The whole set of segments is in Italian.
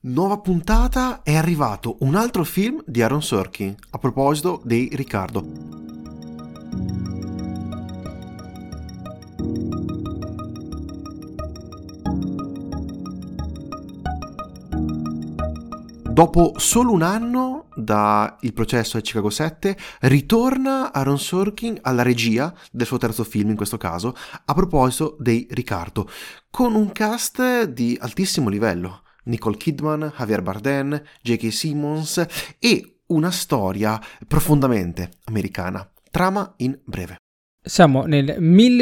Nuova puntata, è arrivato un altro film di Aaron Sorkin, a proposito di Riccardo. Dopo solo un anno da Il processo a Chicago 7, ritorna Aaron Sorkin alla regia del suo terzo film, in questo caso, a proposito di Riccardo, con un cast di altissimo livello. Nicole Kidman, Javier Bardem, J.K. Simmons e una storia profondamente americana. Trama in breve. Siamo nel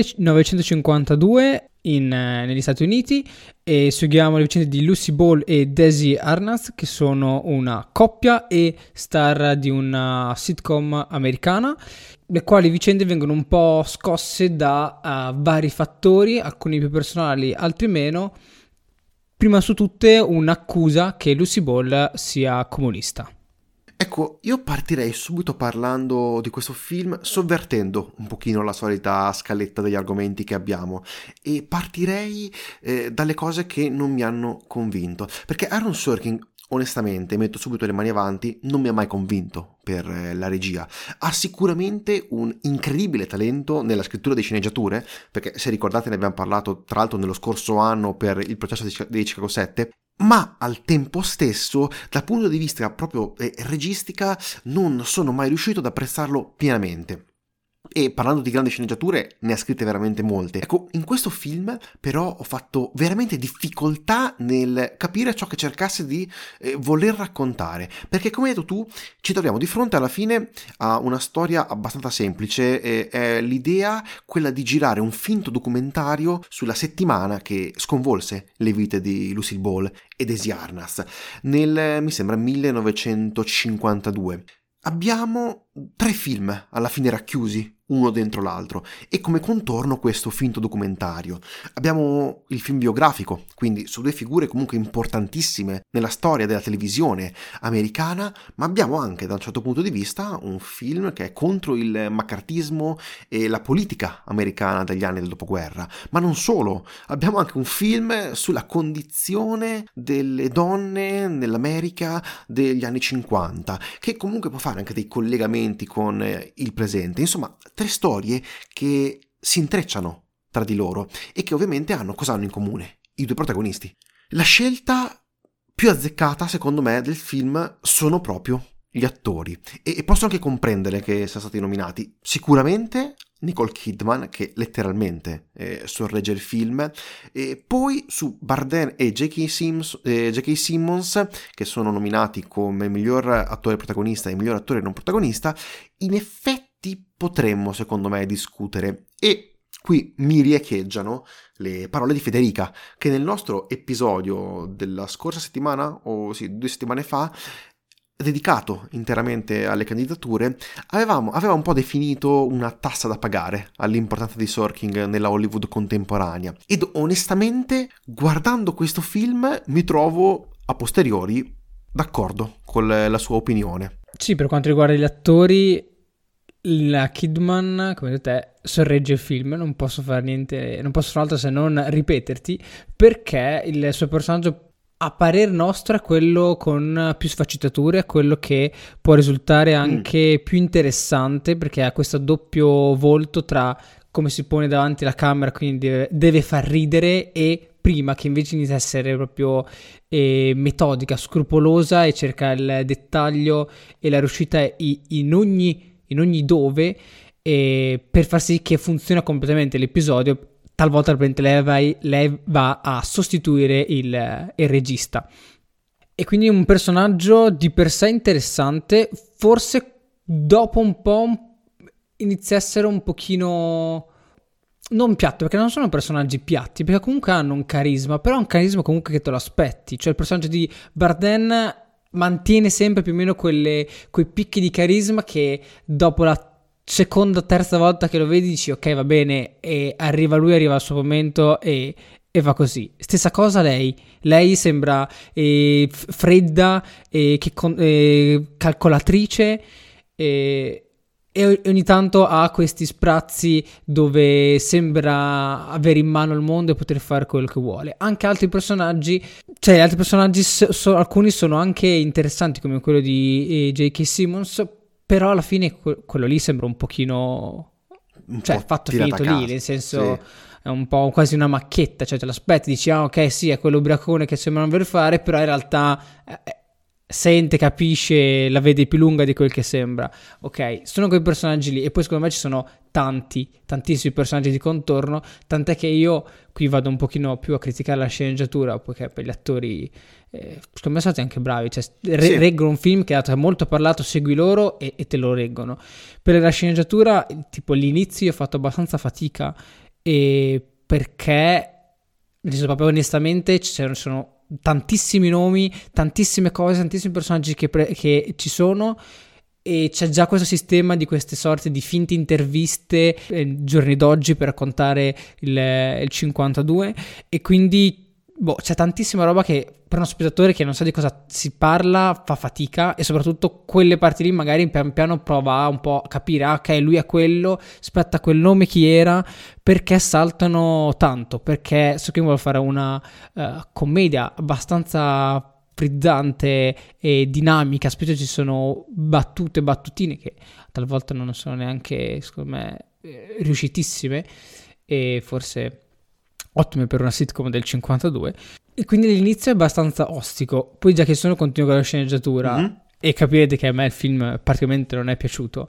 1952 negli Stati Uniti e seguiamo le vicende di Lucy Ball e Desi Arnaz, che sono una coppia e star di una sitcom americana, le quali vicende vengono un po' scosse da vari fattori, alcuni più personali, altri meno. Prima su tutte un'accusa che Lucy Ball sia comunista. Ecco, io partirei subito parlando di questo film, sovvertendo un pochino la solita scaletta degli argomenti che abbiamo, e partirei dalle cose che non mi hanno convinto, perché Aaron Sorkin, onestamente, metto subito le mani avanti, non mi ha mai convinto per la regia. Ha sicuramente un incredibile talento nella scrittura di sceneggiature, perché se ricordate ne abbiamo parlato tra l'altro nello scorso anno per Il processo di Chicago 7, ma al tempo stesso, dal punto di vista proprio registica, non sono mai riuscito ad apprezzarlo pienamente. E parlando di grandi sceneggiature, ne ha scritte veramente molte. Ecco, in questo film però ho fatto veramente difficoltà nel capire ciò che cercasse di voler raccontare, perché come hai detto tu, ci troviamo di fronte alla fine a una storia abbastanza semplice. È l'idea quella di girare un finto documentario sulla settimana che sconvolse le vite di Lucille Ball e Desi Arnaz nel, mi sembra, 1952. Abbiamo 3 film alla fine racchiusi uno dentro l'altro e come contorno questo finto documentario. Abbiamo il film biografico, quindi su 2 figure comunque importantissime nella storia della televisione americana, ma abbiamo anche da un certo punto di vista un film che è contro il maccartismo e la politica americana degli anni del dopoguerra. Ma non solo, abbiamo anche un film sulla condizione delle donne nell'America degli anni 50, che comunque può fare anche dei collegamenti con il presente. Insomma, 3 storie che si intrecciano tra di loro e che ovviamente cosa hanno in comune? I 2 protagonisti. La scelta più azzeccata, secondo me, del film sono proprio gli attori e posso anche comprendere che siano stati nominati. Sicuramente Nicole Kidman, che letteralmente sorregge il film, e poi su Bardem e J.K. Simmons, che sono nominati come miglior attore protagonista e miglior attore non protagonista. In effetti potremmo, secondo me, discutere, e qui mi riecheggiano le parole di Federica, che nel nostro episodio della scorsa settimana, o sì, 2 settimane fa, dedicato interamente alle candidature, aveva un po' definito una tassa da pagare all'importanza di Sorkin nella Hollywood contemporanea. Ed onestamente, guardando questo film, mi trovo a posteriori d'accordo con la sua opinione. Sì, per quanto riguarda gli attori, la Kidman, come detto te, sorregge il film. Non posso fare niente, non posso fare altro se non ripeterti, perché il suo personaggio, a parer nostro, è quello con più sfaccettature, quello che può risultare anche più interessante, perché ha questo doppio volto tra come si pone davanti alla camera, quindi deve far ridere, e prima che invece inizia a essere proprio metodica, scrupolosa, e cerca il dettaglio e la riuscita in ogni dove, per far sì che funziona completamente l'episodio. Talvolta lei va a sostituire il regista, e quindi un personaggio di per sé interessante. Forse dopo un po' inizia a essere un pochino non piatto, perché non sono personaggi piatti, perché comunque hanno un carisma, però un carisma comunque che te lo aspetti. Cioè il personaggio di Bardem mantiene sempre più o meno quei picchi di carisma che dopo la seconda o terza volta che lo vedi dici ok, va bene, e arriva al suo momento e va così. Stessa cosa lei sembra fredda, calcolatrice, e E ogni tanto ha questi sprazzi dove sembra avere in mano il mondo e poter fare quello che vuole. Anche altri personaggi, alcuni sono anche interessanti, come quello di J.K. Simmons, però alla fine quello lì sembra un pochino, cioè fatto finito lì, nel senso è un po' quasi una macchietta, cioè te l'aspetti, dici ok sì, è quello ubriacone che sembra non voler fare, però in realtà sente, capisce, la vede più lunga di quel che sembra. Ok, sono quei personaggi lì, e poi secondo me ci sono tantissimi personaggi di contorno, tant'è che io qui vado un pochino più a criticare la sceneggiatura, poiché per gli attori secondo me sono stati anche bravi, cioè reggono un film che è molto parlato, segui loro e te lo reggono. Per la sceneggiatura, tipo l'inizio, io ho fatto abbastanza fatica, e perché proprio onestamente ci sono tantissimi nomi, tantissime cose, tantissimi personaggi che ci sono, e c'è già questo sistema di queste sorte di finte interviste giorni d'oggi per raccontare il 52, e quindi c'è tantissima roba che per uno spettatore che non sa di cosa si parla fa fatica, e soprattutto quelle parti lì magari pian piano prova un po' a capire, ok, lui è quello, aspetta, quel nome chi era, perché saltano tanto, perché so che vuole fare una commedia abbastanza frizzante e dinamica, specie ci sono battutine che talvolta non sono neanche, secondo me, riuscitissime, e forse ottime per una sitcom del 52, e quindi l'inizio è abbastanza ostico. Poi già che continuo con la sceneggiatura, e capirete che a me il film praticamente non è piaciuto,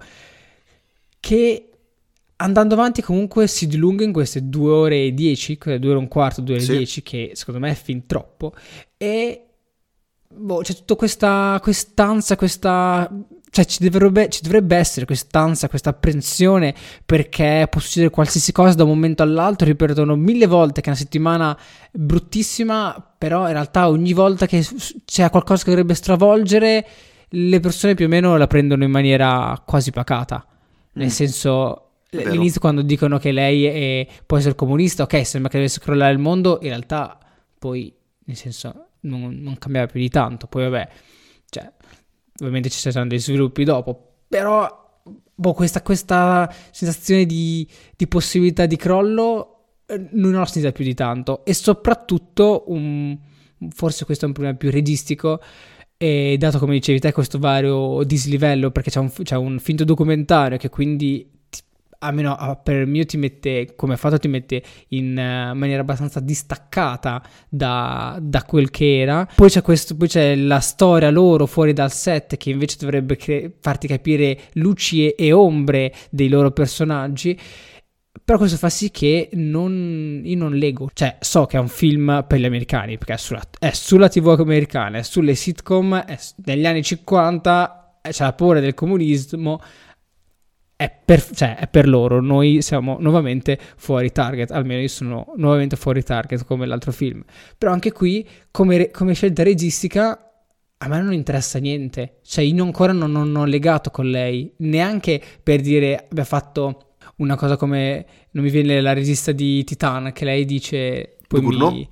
che andando avanti comunque si dilunga in queste 2 ore e 10, 2 ore e un quarto, 2 ore e 10, che secondo me è fin troppo, e c'è tutta quest'ansia, cioè ci dovrebbe essere quest'ansia, questa apprensione, perché può succedere qualsiasi cosa da un momento all'altro. Ripetono 1000 volte che è una settimana bruttissima, però in realtà ogni volta che c'è qualcosa che dovrebbe stravolgere, le persone più o meno la prendono in maniera quasi pacata, nel senso, all'inizio quando dicono che lei può essere comunista, ok, sembra che deve crollare il mondo, in realtà poi, nel senso, non cambiava più di tanto. Poi vabbè, cioè ovviamente ci saranno dei sviluppi dopo, però questa sensazione di possibilità di crollo non l'ho sentita più di tanto, e soprattutto forse questo è un problema più registico, e dato, come dicevi te, questo vario dislivello, perché c'è un finto documentario che quindi almeno per il mio ti mette, come fatto, ti mette in maniera abbastanza distaccata da quel che era. Poi c'è la storia loro fuori dal set, che invece dovrebbe farti capire luci e ombre dei loro personaggi. Però questo fa sì che io non leggo, cioè so che è un film per gli americani, perché è sulla TV americana, è sulle sitcom, è negli anni 50, c'è la paura del comunismo, è per loro. Noi siamo nuovamente fuori target, almeno io sono nuovamente fuori target come l'altro film. Però anche qui, come scelta registica, a me non interessa niente, cioè io ancora non ho legato con lei, neanche per dire abbia fatto una cosa come, non mi viene la regista di Titan, che lei dice poi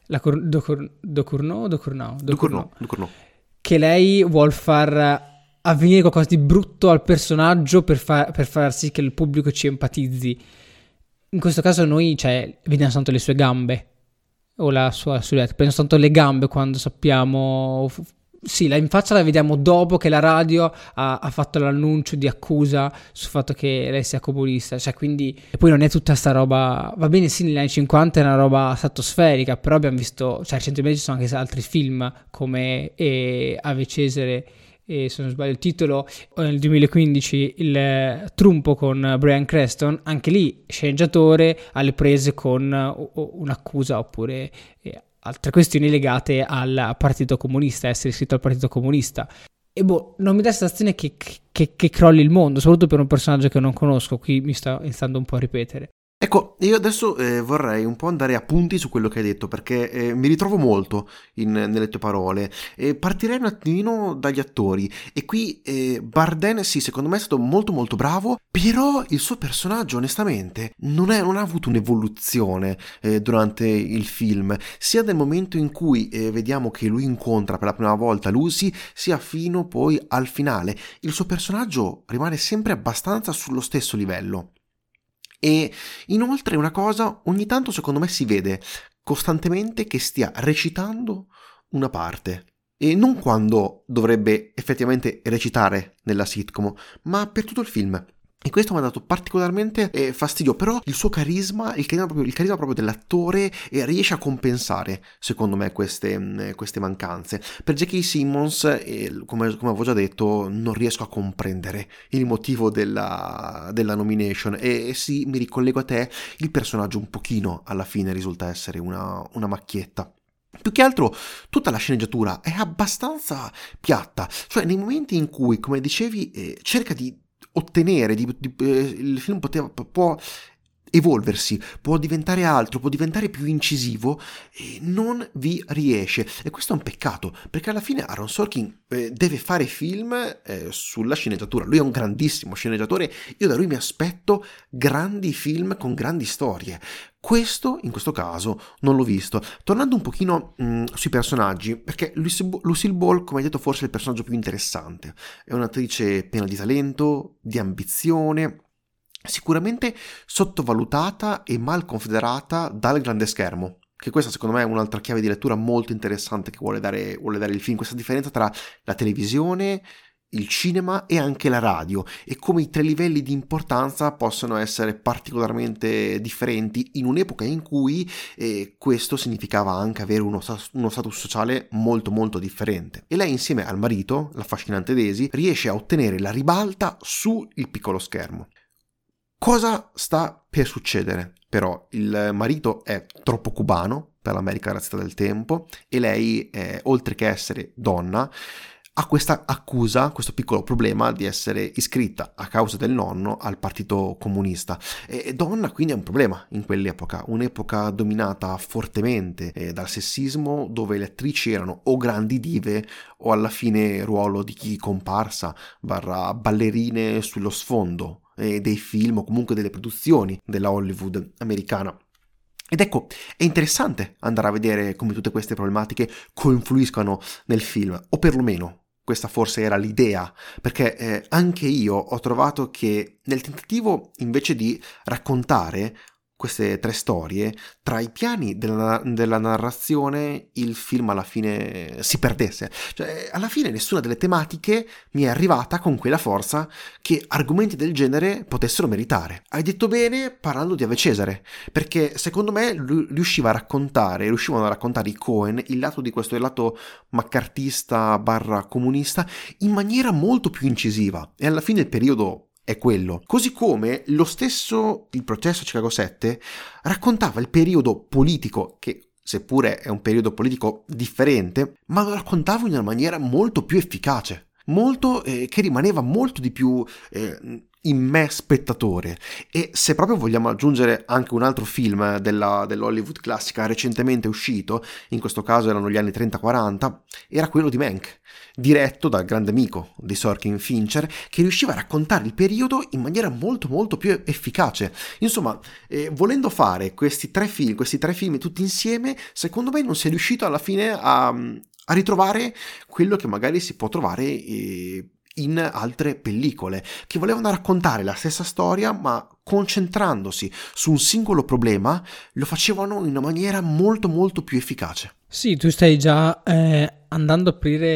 Ducournau, che lei vuol far avvenire qualcosa di brutto al personaggio per far sì che il pubblico ci empatizzi. In questo caso noi, vediamo soltanto le sue gambe o la sua silhouette, penso soltanto le gambe quando sappiamo. Sì, in faccia la vediamo dopo che la radio ha fatto l'annuncio di accusa sul fatto che lei sia comunista, quindi. E poi non è tutta sta roba, va bene, sì, negli anni 50 è una roba stratosferica, però abbiamo visto, recentemente ci sono anche altri film come Ave Cesare, e se non sbaglio il titolo, nel 2015 il Trumpo con Bryan Cranston, anche lì sceneggiatore alle prese con un'accusa oppure altre questioni legate al Partito Comunista, essere iscritto al Partito Comunista. E non mi dà la sensazione che crolli il mondo, soprattutto per un personaggio che non conosco. Qui mi sta iniziando un po' a ripetere. Ecco, io adesso vorrei un po' andare a punti su quello che hai detto, perché mi ritrovo molto nelle tue parole. Partirei un attimino dagli attori. E qui Bardem, sì, secondo me è stato molto molto bravo, però il suo personaggio, onestamente, non ha avuto un'evoluzione durante il film, sia nel momento in cui vediamo che lui incontra per la prima volta Lucy, sia fino poi al finale. Il suo personaggio rimane sempre abbastanza sullo stesso livello. E inoltre una cosa, ogni tanto secondo me si vede costantemente che stia recitando una parte. E non quando dovrebbe effettivamente recitare nella sitcom, ma per tutto il film. E questo mi ha dato particolarmente fastidio, però il suo carisma, il carisma proprio dell'attore riesce a compensare, secondo me, queste mancanze. Per J.K. Simmons, come avevo già detto, non riesco a comprendere il motivo della nomination. E sì, mi ricollego a te, il personaggio un pochino alla fine risulta essere una macchietta. Più che altro tutta la sceneggiatura è abbastanza piatta, cioè nei momenti in cui, come dicevi, cerca di ottenere, il film può evolversi, può diventare altro, può diventare più incisivo e non vi riesce. E questo è un peccato, perché alla fine Aaron Sorkin deve fare film sulla sceneggiatura. Lui è un grandissimo sceneggiatore, io da lui mi aspetto grandi film con grandi storie. Questo, in questo caso, non l'ho visto. Tornando un pochino sui personaggi, perché Lucille Ball, come hai detto, forse è il personaggio più interessante. È un'attrice piena di talento, di ambizione, sicuramente sottovalutata e mal considerata dal grande schermo. Che questa secondo me è un'altra chiave di lettura molto interessante che vuole dare il film, questa differenza tra la televisione, il cinema e anche la radio, e come i tre livelli di importanza possono essere particolarmente differenti in un'epoca in cui questo significava anche avere uno status sociale molto molto differente. E lei, insieme al marito, l'affascinante Daisy, riesce a ottenere la ribalta sul piccolo schermo. Cosa sta per succedere? Però il marito è troppo cubano per l'America razzista del tempo e lei, oltre che essere donna, ha questa accusa, questo piccolo problema di essere iscritta a causa del nonno al partito comunista. E donna quindi è un problema in quell'epoca, un'epoca dominata fortemente dal sessismo, dove le attrici erano o grandi dive o alla fine ruolo di chi comparsa barra ballerine sullo sfondo dei film o comunque delle produzioni della Hollywood americana. Ed ecco, è interessante andare a vedere come tutte queste problematiche confluiscono nel film, o perlomeno questa forse era l'idea, perché anche io ho trovato che nel tentativo invece di raccontare queste tre storie, tra i piani della narrazione il film alla fine si perdesse. Cioè, alla fine nessuna delle tematiche mi è arrivata con quella forza che argomenti del genere potessero meritare. Hai detto bene parlando di Ave Cesare, perché secondo me riuscivano a raccontare i Coen il lato maccartista barra comunista in maniera molto più incisiva, e alla fine il periodo è quello. Così come il processo Chicago 7 raccontava il periodo politico, che seppure è un periodo politico differente, ma lo raccontava in una maniera molto più efficace, molto che rimaneva molto di più in me spettatore. E se proprio vogliamo aggiungere anche un altro film dell'Hollywood classica recentemente uscito, in questo caso erano gli anni 30-40, era quello di Mank, diretto dal grande amico di Sorkin, Fincher, che riusciva a raccontare il periodo in maniera molto molto più efficace. Insomma, volendo fare questi tre film tutti insieme, secondo me non si è riuscito alla fine a ritrovare quello che magari si può trovare in altre pellicole, che volevano raccontare la stessa storia ma concentrandosi su un singolo problema, lo facevano in una maniera molto molto più efficace. Sì, tu stai già andando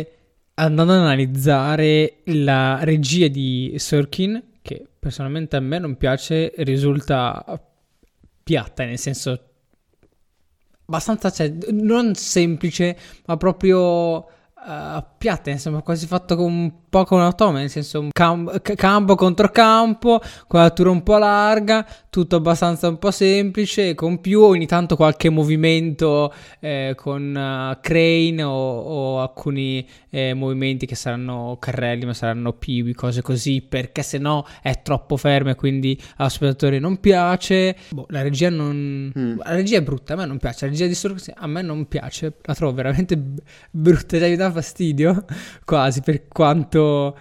ad analizzare la regia di Sorkin, che personalmente a me non piace, risulta piatta, nel senso abbastanza, cioè, non semplice, ma proprio piatta, insomma, quasi fatto con un po' con un automa, nel senso campo contro campo, quadratura un po' larga, tutto abbastanza un po' semplice, con più ogni tanto qualche movimento con crane o alcuni movimenti che saranno carrelli ma saranno pivi, cose così, perché se no è troppo fermo e quindi allo spettatore non piace. La regia la regia è brutta, a me non piace, la regia di Sorkin a me non piace, la trovo veramente brutta, già mi dà fastidio quasi, per quanto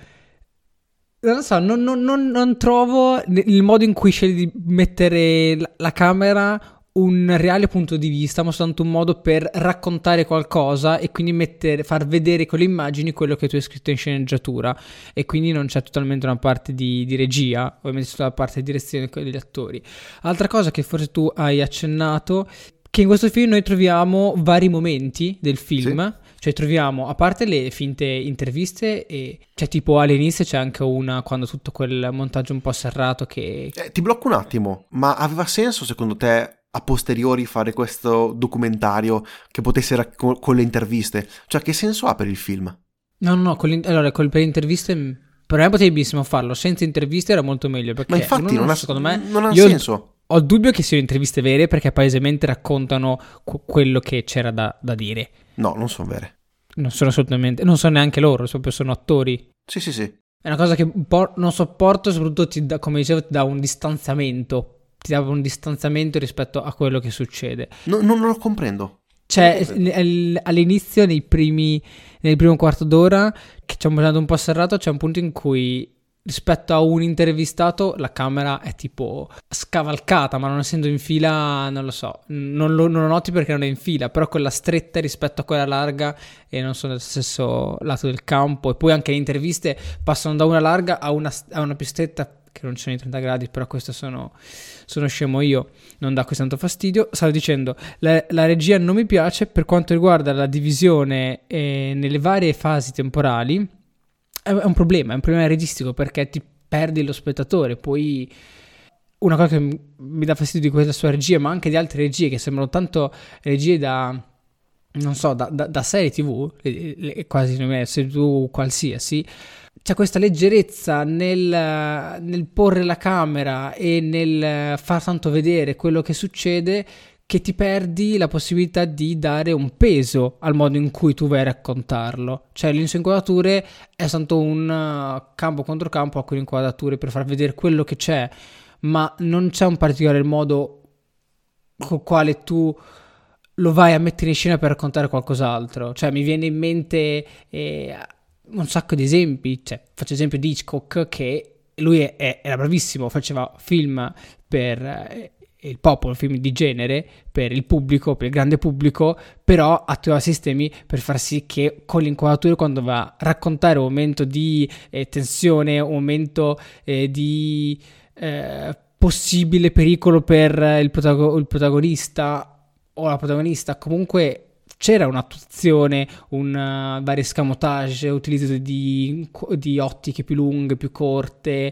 non lo so, non trovo il modo in cui scegli di mettere la camera un reale punto di vista, ma soltanto un modo per raccontare qualcosa e quindi far vedere con le immagini quello che tu hai scritto in sceneggiatura, e quindi non c'è totalmente una parte di regia, ovviamente tutta la parte di direzione degli attori. Altra cosa che forse tu hai accennato, che in questo film noi troviamo vari momenti del film, sì. Cioè troviamo, a parte le finte interviste, e cioè tipo all'inizio c'è anche una, quando tutto quel montaggio un po' serrato che... Ti blocco un attimo, ma aveva senso secondo te a posteriori fare questo documentario che potesse con le interviste? Cioè che senso ha per il film? No, allora per le interviste... Per me potevi benissimo farlo, senza interviste era molto meglio, perché ma infatti secondo me non ha senso. Ho il dubbio che siano interviste vere, perché palesemente raccontano quello che c'era da dire. No, non sono vere. Non sono assolutamente... Non sono neanche loro, proprio sono attori. Sì. È una cosa che un po' non sopporto, soprattutto come dicevo, ti dà un distanziamento. Ti dà un distanziamento rispetto a quello che succede. Non lo comprendo. Cioè, all'inizio, nel primo quarto d'ora, che ci hanno un po' serrato, c'è un punto in cui... rispetto a un intervistato la camera è tipo scavalcata, ma non essendo in fila non lo so, non lo noti perché non è in fila, però quella stretta rispetto a quella larga e non sono dello stesso lato del campo, e poi anche le interviste passano da una larga a una più stretta, che non ci sono i 30 gradi, però questo sono scemo io, non dà così tanto fastidio. Stavo dicendo, la regia non mi piace per quanto riguarda la divisione nelle varie fasi temporali. È un problema registico, perché ti perdi lo spettatore. Poi una cosa che mi dà fastidio di questa sua regia, ma anche di altre regie che sembrano tanto regie da non so, da serie TV, quasi serie TV qualsiasi, c'è questa leggerezza nel porre la camera e nel far tanto vedere quello che succede, che ti perdi la possibilità di dare un peso al modo in cui tu vai a raccontarlo. Cioè le inquadrature è stato un campo contro campo, alcune inquadrature per far vedere quello che c'è, ma non c'è un particolare modo con quale tu lo vai a mettere in scena per raccontare qualcos'altro. Cioè mi viene in mente un sacco di esempi. Cioè, faccio esempio di Hitchcock, che lui era bravissimo, faceva film per... il popolo, film di genere, per il pubblico, per il grande pubblico, però attuava sistemi per far sì che con l'inquadratura, quando va a raccontare un momento di tensione, un momento di possibile pericolo per il protagonista o la protagonista, comunque c'era un'attuazione, un vari escamotage, utilizzo di ottiche più lunghe, più corte,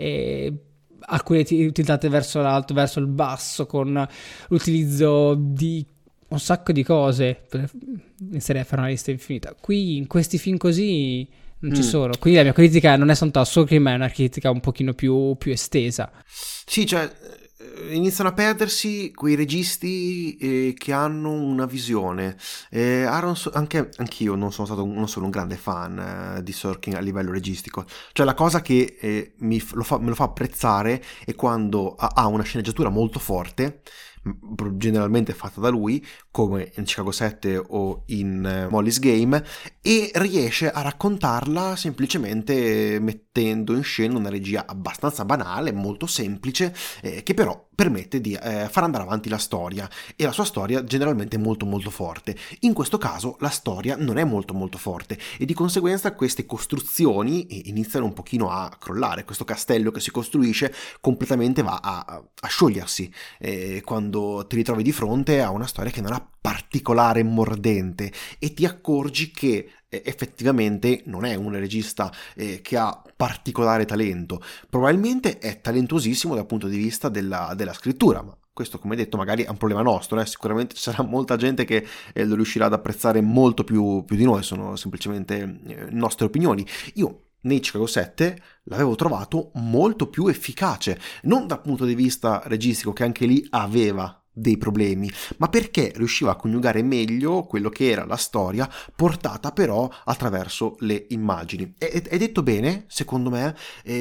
alcune utilizzate verso l'alto, verso il basso, con l'utilizzo di un sacco di cose. Inizierei a fare una lista infinita. Qui in questi film così non ci sono. Quindi la mia critica non è soltanto a Sorkin, ma è una critica un pochino più estesa. Sì, cioè iniziano a perdersi quei registi che hanno una visione. Anch'io non sono un grande fan di Sorkin a livello registico. Cioè la cosa che me lo fa apprezzare è quando ha una sceneggiatura molto forte, generalmente fatta da lui, come in Chicago 7 o in Molly's Game, e riesce a raccontarla semplicemente mettendo in scena una regia abbastanza banale, molto semplice, che però permette di far andare avanti la storia, e la sua storia generalmente è molto molto forte. In questo caso la storia non è molto molto forte, e di conseguenza queste costruzioni iniziano un pochino a crollare. Questo castello che si costruisce completamente va a sciogliersi quando ti ritrovi di fronte a una storia che non ha particolare mordente, e ti accorgi che effettivamente non è un regista che ha particolare talento. Probabilmente è talentuosissimo dal punto di vista della scrittura, ma Questo, come detto, magari è un problema nostro, sicuramente ci sarà molta gente che lo riuscirà ad apprezzare molto più di noi, sono semplicemente nostre opinioni. Io nei Chicago 7 l'avevo trovato molto più efficace, non dal punto di vista registico, che anche lì aveva dei problemi, ma perché riusciva a coniugare meglio quello che era la storia portata però attraverso le immagini. È detto bene, secondo me,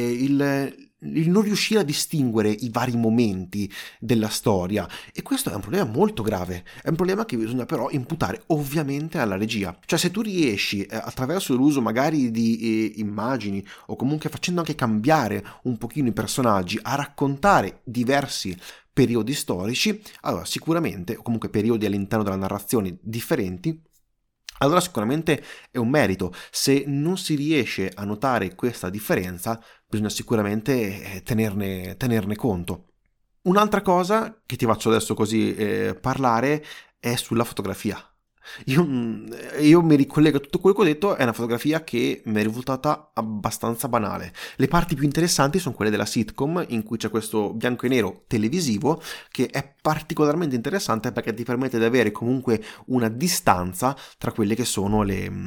il non riuscire a distinguere i vari momenti della storia, e questo è un problema molto grave, è un problema che bisogna però imputare ovviamente alla regia. Cioè, se tu riesci attraverso l'uso magari di immagini, o comunque facendo anche cambiare un pochino i personaggi, a raccontare diversi periodi storici, allora sicuramente, o comunque periodi all'interno della narrazione differenti, allora sicuramente è un merito. Se non si riesce a notare questa differenza, bisogna sicuramente tenerne conto. Un'altra cosa che ti faccio adesso così parlare è sulla fotografia. Io mi ricollego a tutto quello che ho detto, è una fotografia che mi è risultata abbastanza banale. Le parti più interessanti sono quelle della sitcom, in cui c'è questo bianco e nero televisivo che è particolarmente interessante perché ti permette di avere comunque una distanza tra quelle che sono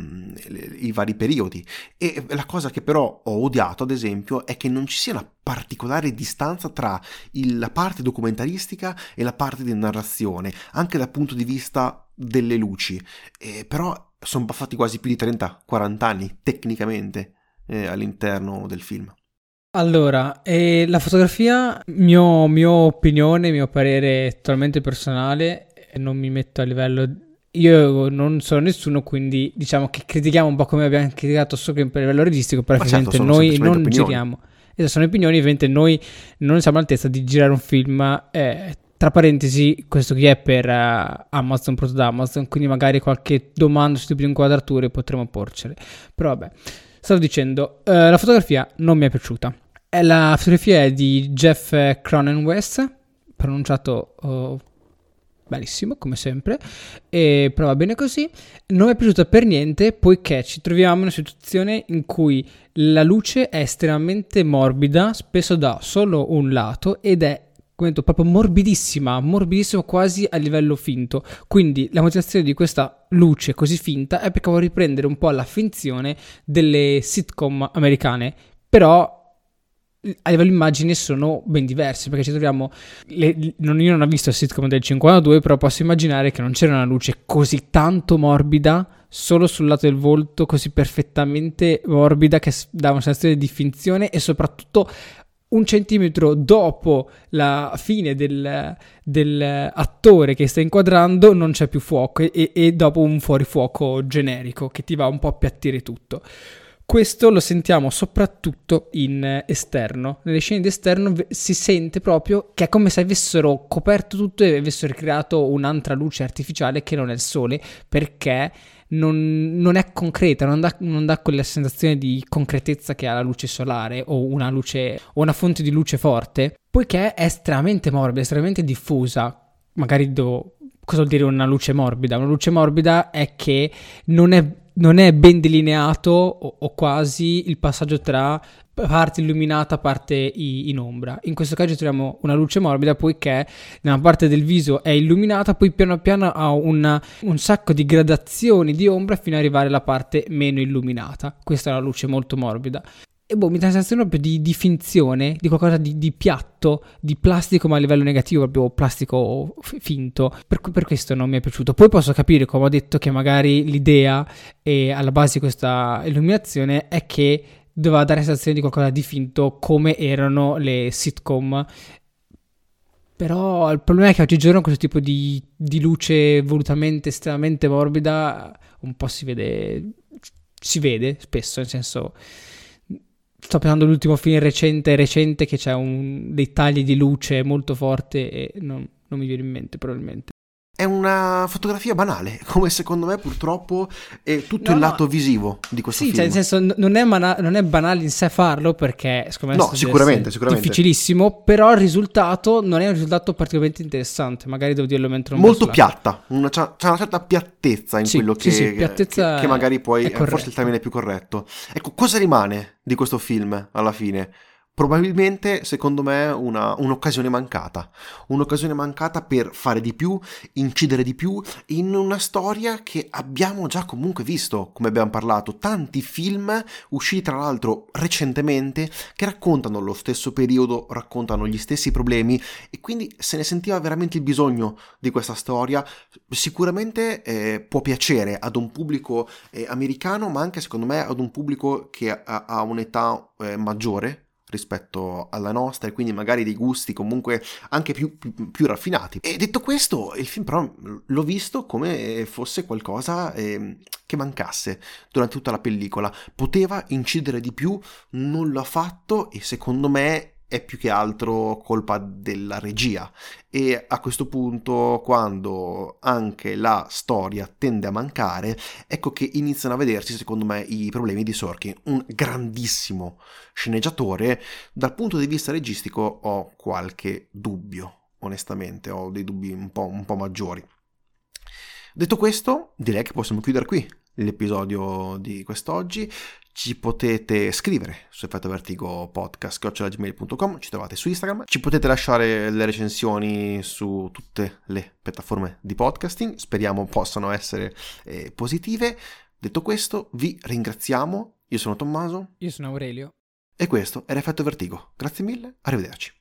i vari periodi. E la cosa che però ho odiato, ad esempio, è che non ci sia una particolare distanza tra la parte documentaristica e la parte di narrazione, anche dal punto di vista delle luci, però sono passati quasi più di 30-40 anni tecnicamente all'interno del film. Allora, la fotografia, mio opinione, mio parere totalmente personale, non mi metto a livello. Io non sono nessuno, quindi diciamo che critichiamo un po' come abbiamo criticato solo per livello registico, però effettivamente noi non giriamo. Esatto, sono opinioni, ovviamente noi non siamo all'altezza di girare un film. Tra parentesi, questo qui è per Amazon, prodotto da Amazon, quindi magari qualche domanda su tipo di inquadrature potremo porcele. Però vabbè, stavo dicendo, la fotografia non mi è piaciuta. La fotografia è di Jeff Cronenweth, pronunciato benissimo, come sempre, però va bene così. Non mi è piaciuta per niente, poiché ci troviamo in una situazione in cui la luce è estremamente morbida, spesso da solo un lato, ed è proprio morbidissima quasi a livello finto. Quindi la motivazione di questa luce così finta è perché vuole riprendere un po' la finzione delle sitcom americane, però a livello immagini sono ben diverse, perché ci troviamo io non ho visto il sitcom del 52, però posso immaginare che non c'era una luce così tanto morbida solo sul lato del volto, così perfettamente morbida, che dà una sensazione di finzione, e soprattutto un centimetro dopo la fine del attore che sta inquadrando non c'è più fuoco, e dopo un fuorifuoco generico che ti va un po' a appiattire tutto. Questo lo sentiamo soprattutto in esterno. Nelle scene di esterno si sente proprio che è come se avessero coperto tutto e avessero creato un'altra luce artificiale che non è il sole, perché non è concreta, non dà quella sensazione di concretezza che ha la luce solare o una fonte di luce forte, poiché è estremamente morbida, estremamente diffusa. Magari cosa vuol dire una luce morbida? Una luce morbida è che non è ben delineato o quasi il passaggio tra parte illuminata, parte in ombra. In questo caso troviamo una luce morbida, poiché nella parte del viso è illuminata, poi piano piano ha un sacco di gradazioni di ombra fino ad arrivare alla parte meno illuminata. Questa è una luce molto morbida. E mi dà la sensazione proprio di finzione, di qualcosa di piatto, di plastico, ma a livello negativo, proprio plastico finto. Per questo non mi è piaciuto. Poi posso capire, come ho detto, che magari l'idea e alla base di questa illuminazione è che doveva dare la sensazione di qualcosa di finto, come erano le sitcom. Però il problema è che oggigiorno questo tipo di luce volutamente estremamente morbida un po' si vede spesso, nel senso. Sto pensando all'ultimo film recente che c'è dei tagli di luce molto forte e non mi viene in mente probabilmente. È una fotografia banale, come secondo me purtroppo è tutto il lato visivo di questo film. Sì, cioè nel senso non è banale in sé farlo, perché secondo me no, sicuramente difficilissimo, però il risultato non è un risultato particolarmente interessante, magari devo dirlo mentre non molto piatta, c'è una certa piattezza in quello che magari poi è forse il termine più corretto. Ecco, cosa rimane di questo film alla fine? Probabilmente, secondo me, un'occasione mancata. Un'occasione mancata per fare di più, incidere di più in una storia che abbiamo già comunque visto, come abbiamo parlato. Tanti film usciti tra l'altro recentemente che raccontano lo stesso periodo, raccontano gli stessi problemi e quindi se ne sentiva veramente il bisogno di questa storia. Sicuramente può piacere ad un pubblico americano, ma anche secondo me ad un pubblico che ha un'età maggiore rispetto alla nostra e quindi magari dei gusti comunque anche più raffinati. E detto questo, il film però l'ho visto come fosse qualcosa che mancasse durante tutta la pellicola. Poteva incidere di più, non l'ha fatto e secondo me è più che altro colpa della regia. E a questo punto, quando anche la storia tende a mancare, ecco che iniziano a vedersi secondo me i problemi di Sorkin, un grandissimo sceneggiatore. Dal punto di vista registico ho qualche dubbio, onestamente ho dei dubbi un po' maggiori. Detto questo, direi che possiamo chiudere qui l'episodio di quest'oggi. Ci potete scrivere su effettovertigopodcast@gmail.com, ci trovate su Instagram, ci potete lasciare le recensioni su tutte le piattaforme di podcasting, speriamo possano essere positive. Detto questo, vi ringraziamo, io sono Tommaso. Io sono Aurelio. E questo era Effetto Vertigo. Grazie mille, arrivederci.